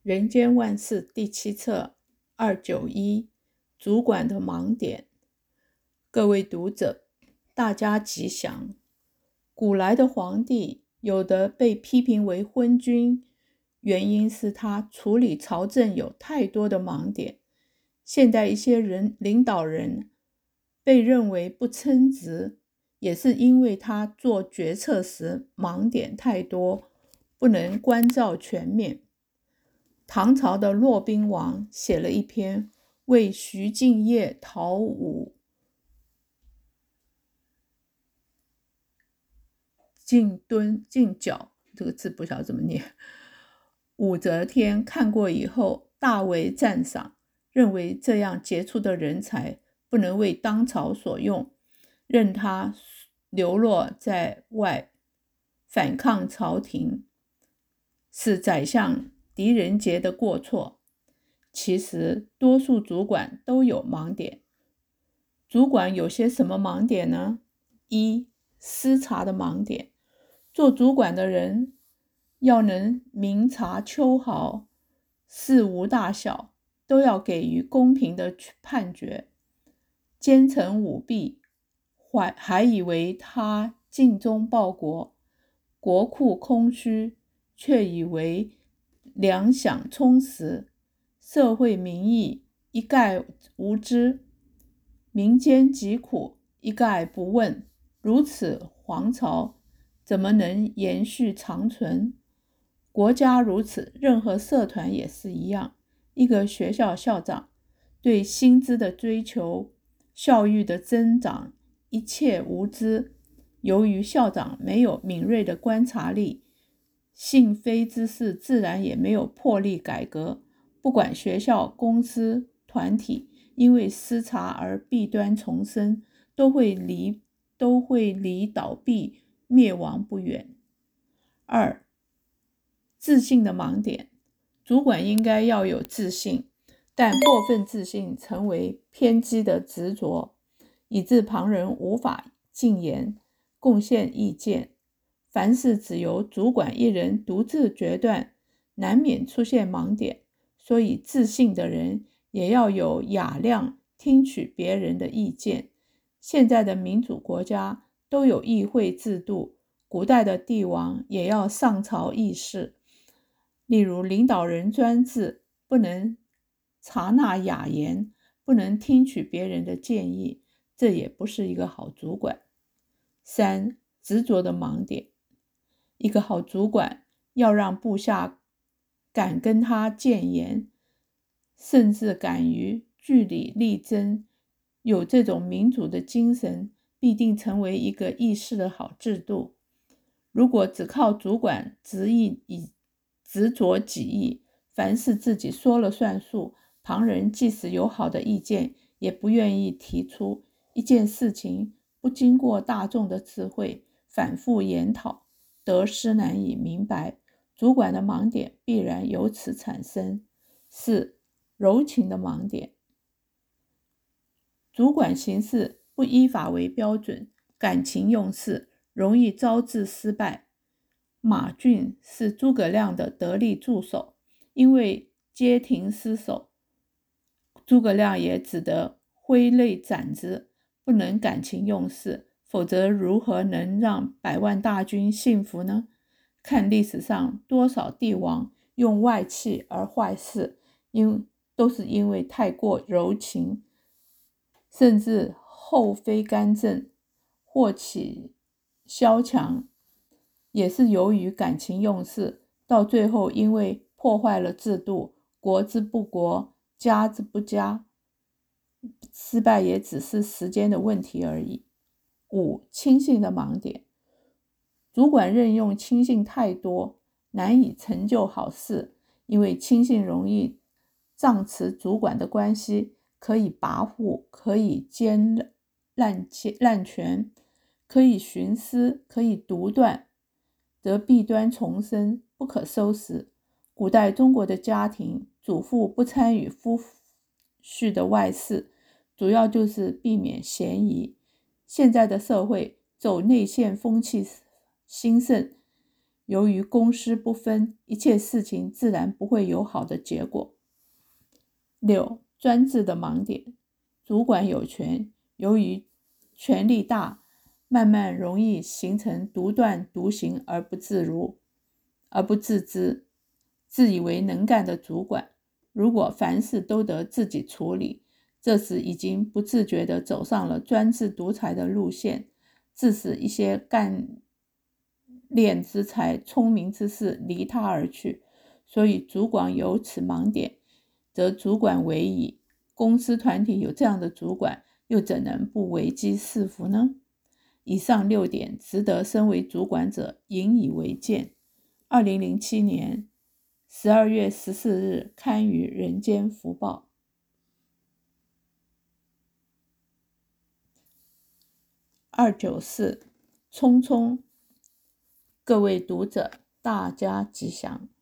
人间万事第7册291主管的盲点。各位读者，大家吉祥。古来的皇帝有的被批评为昏君，原因是他处理朝政有太多的盲点。现代一些领导人被认为不称职，也是因为他做决策时盲点太多，不能关照全面。唐朝的骆宾王写了一篇为徐敬业讨武进角，这个字不晓得怎么念。武则天看过以后大为赞赏，认为这样杰出的人才不能为当朝所用，任他流落在外反抗朝廷，是宰相狄仁杰的过错。其实多数主管都有盲点。主管有些什么盲点呢？一、思察的盲点。做主管的人要能明察秋毫，事无大小都要给予公平的判决。奸臣舞弊，还以为他尽忠报国，国库空虚，却以为粮饷充实，社会民意一概无知，民间疾苦一概不问。如此皇朝怎么能延续长存？国家如此，任何社团也是一样。一个学校校长对薪资的追求、校誉的增长一切无知，由于校长没有敏锐的观察力，性非之事自然也没有魄力改革。不管学校、公司、团体因为失察而弊端丛生，都会离倒闭灭亡不远。二、自信的盲点。主管应该要有自信，但过分自信成为偏激的执着，以致旁人无法进言贡献意见。凡事只由主管一人独自决断，难免出现盲点。所以自信的人也要有雅量，听取别人的意见。现在的民主国家都有议会制度，古代的帝王也要上朝议事。例如领导人专制，不能察纳雅言，不能听取别人的建议，这也不是一个好主管。三、执着的盲点。一个好主管要让部下敢跟他谏言，甚至敢于据理力争，有这种民主的精神，必定成为一个议事的好制度。如果只靠主管执着己意，凡事自己说了算数，旁人即使有好的意见也不愿意提出，一件事情不经过大众的智慧反复研讨，得失难以明白，主管的盲点必然由此产生。四、柔情的盲点。主管行事不依法为标准，感情用事，容易招致失败。马俊是诸葛亮的得力助手，因为街亭失守，诸葛亮也只得挥泪斩之，不能感情用事，否则如何能让百万大军信服呢？看历史上多少帝王用外戚而坏事，都是因为太过柔情，甚至后妃干政，祸起萧墙，也是由于感情用事，到最后因为破坏了制度，国之不国，家之不家，失败也只是时间的问题而已。五、亲信的盲点。主管任用亲信太多，难以成就好事，因为亲信容易仗持主管的关系，可以跋扈，可以奸滥权，可以徇私，可以独断，则弊端丛生，不可收拾。古代中国的家庭，主妇不参与夫婿的外事，主要就是避免嫌疑。现在的社会走内线风气兴盛， 由于公私不分，一切事情自然不会有好的结果。6. 专制的盲点。主管有权，由于权力大，慢慢容易形成独断独行而不自知，自以为能干的主管，如果凡事都得自己处理，这时已经不自觉地走上了专制独裁的路线，致使一些干练之才、聪明之士离他而去。所以主管有此盲点，则主管为矣。公司团体有这样的主管，又怎能不危机四伏呢？以上6点值得身为主管者引以为鉴。2007年12月14日刊于《人间福报》。294匆匆。各位读者，大家吉祥。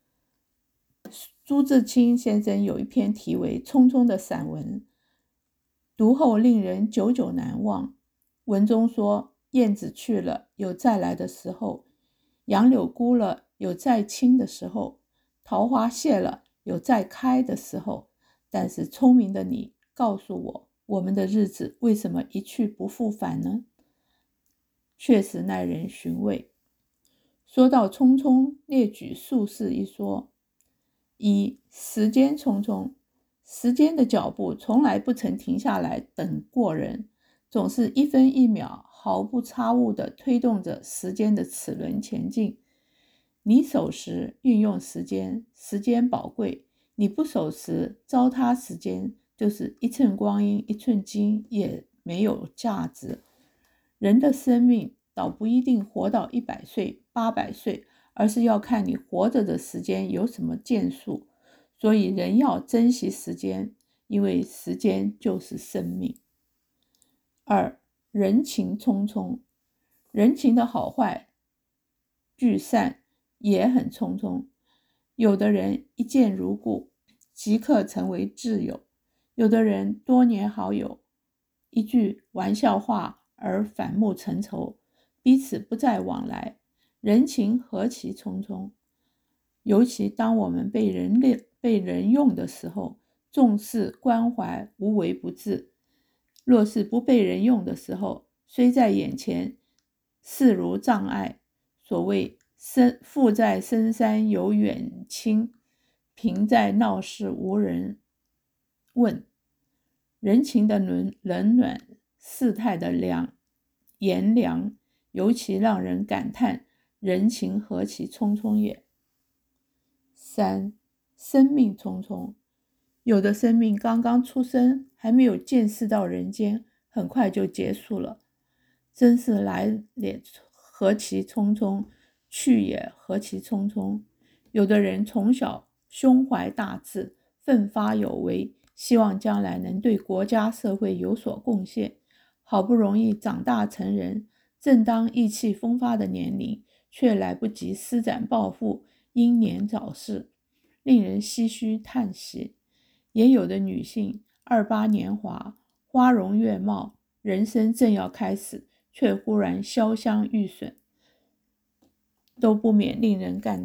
朱自清先生有一篇题为《匆匆》的散文，读后令人久久难忘。文中说，燕子去了，有再来的时候；杨柳枯了，有再青的时候；桃花谢了，有再开的时候。但是聪明的你，告诉我，我们的日子为什么一去不复返呢？确实耐人寻味。说到匆匆，列举数事一说。1. 时间匆匆。时间的脚步从来不曾停下来等过人，总是一分一秒毫不差误地推动着时间的齿轮前进。你守时运用时间，时间宝贵；你不守时糟蹋时间，就是一寸光阴一寸金也没有价值。人的生命倒不一定活到100岁、800岁，而是要看你活着的时间有什么建树。所以人要珍惜时间，因为时间就是生命。2. 人情匆匆。人情的好坏聚散也很匆匆。有的人一见如故，即刻成为挚友；有的人多年好友，一句玩笑话而反目成仇，彼此不再往来。人情何其匆匆。尤其当我们被人用的时候，重视关怀无微不至；若是不被人用的时候，虽在眼前，视如障碍。所谓富在深山有远亲，贫在闹市无人问。人情的冷暖，世态的炎凉，尤其让人感叹人情何其匆匆也。3. 生命匆匆。有的生命刚刚出生，还没有见识到人间，很快就结束了。真是来也何其匆匆，去也何其匆匆。有的人从小胸怀大志，奋发有为，希望将来能对国家社会有所贡献，好不容易长大成人，正当意气风发的年龄，却来不及施展抱负，英年早逝，令人唏嘘叹息。也有的女性28年华，花容月貌，人生正要开始，却忽然潇湘玉损，都不免令人慨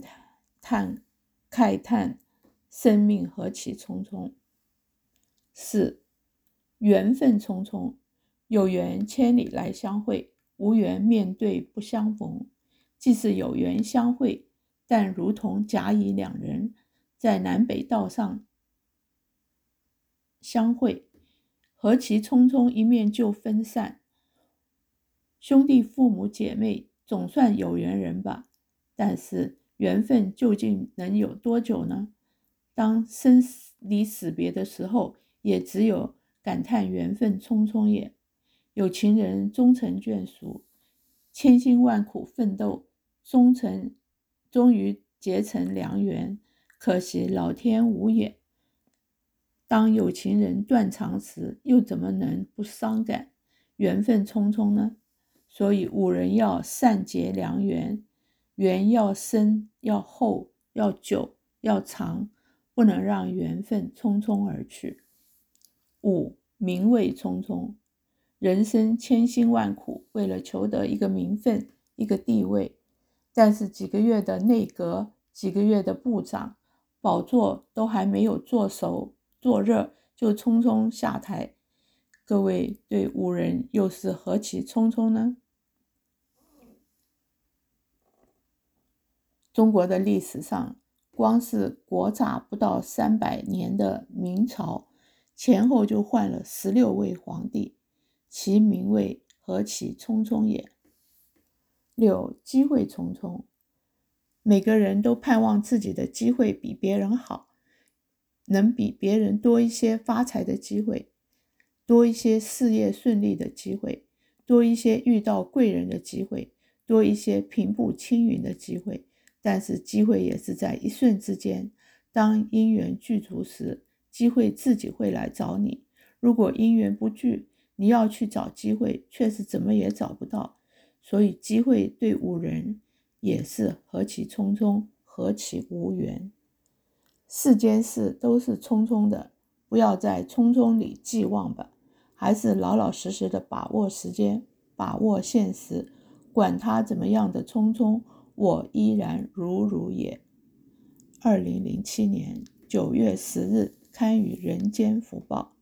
叹生命何其匆匆。4. 缘分匆匆。有缘千里来相会，无缘面对不相逢。即是有缘相会，但如同甲乙两人在南北道上相会，何其匆匆，一面就分散。兄弟父母姐妹总算有缘人吧，但是缘分究竟能有多久呢？当生离死别的时候，也只有感叹缘分匆匆也。有情人终成眷属，千辛万苦奋斗，终于结成良缘，可惜老天无眼。当有情人断肠时，又怎么能不伤感？缘分匆匆呢？所以古人要善结良缘，缘要深，要厚，要久，要长，不能让缘分匆匆而去。5. 名位匆匆。人生千辛万苦，为了求得一个名分，一个地位， 但是几个月的内阁，几个月的部长，宝座都还没有坐熟坐热，就匆匆下台。各位对五人又是何其匆匆呢？中国的历史上，光是国乍不到300年的明朝，前后就换了16位皇帝，其名位何其匆匆也。6. 机会匆匆。每个人都盼望自己的机会比别人好，能比别人多一些发财的机会，多一些事业顺利的机会，多一些遇到贵人的机会，多一些平步青云的机会。但是机会也是在一瞬之间，当因缘具足时，机会自己会来找你。如果因缘不具，你要去找机会，却是怎么也找不到。所以机会对五人也是何其匆匆，何其无缘。世间事都是匆匆的，不要在匆匆里寄望吧，还是老老实实的把握时间，把握现实，管它怎么样的匆匆，我依然如如也。2007年9月10日刊于人间福报。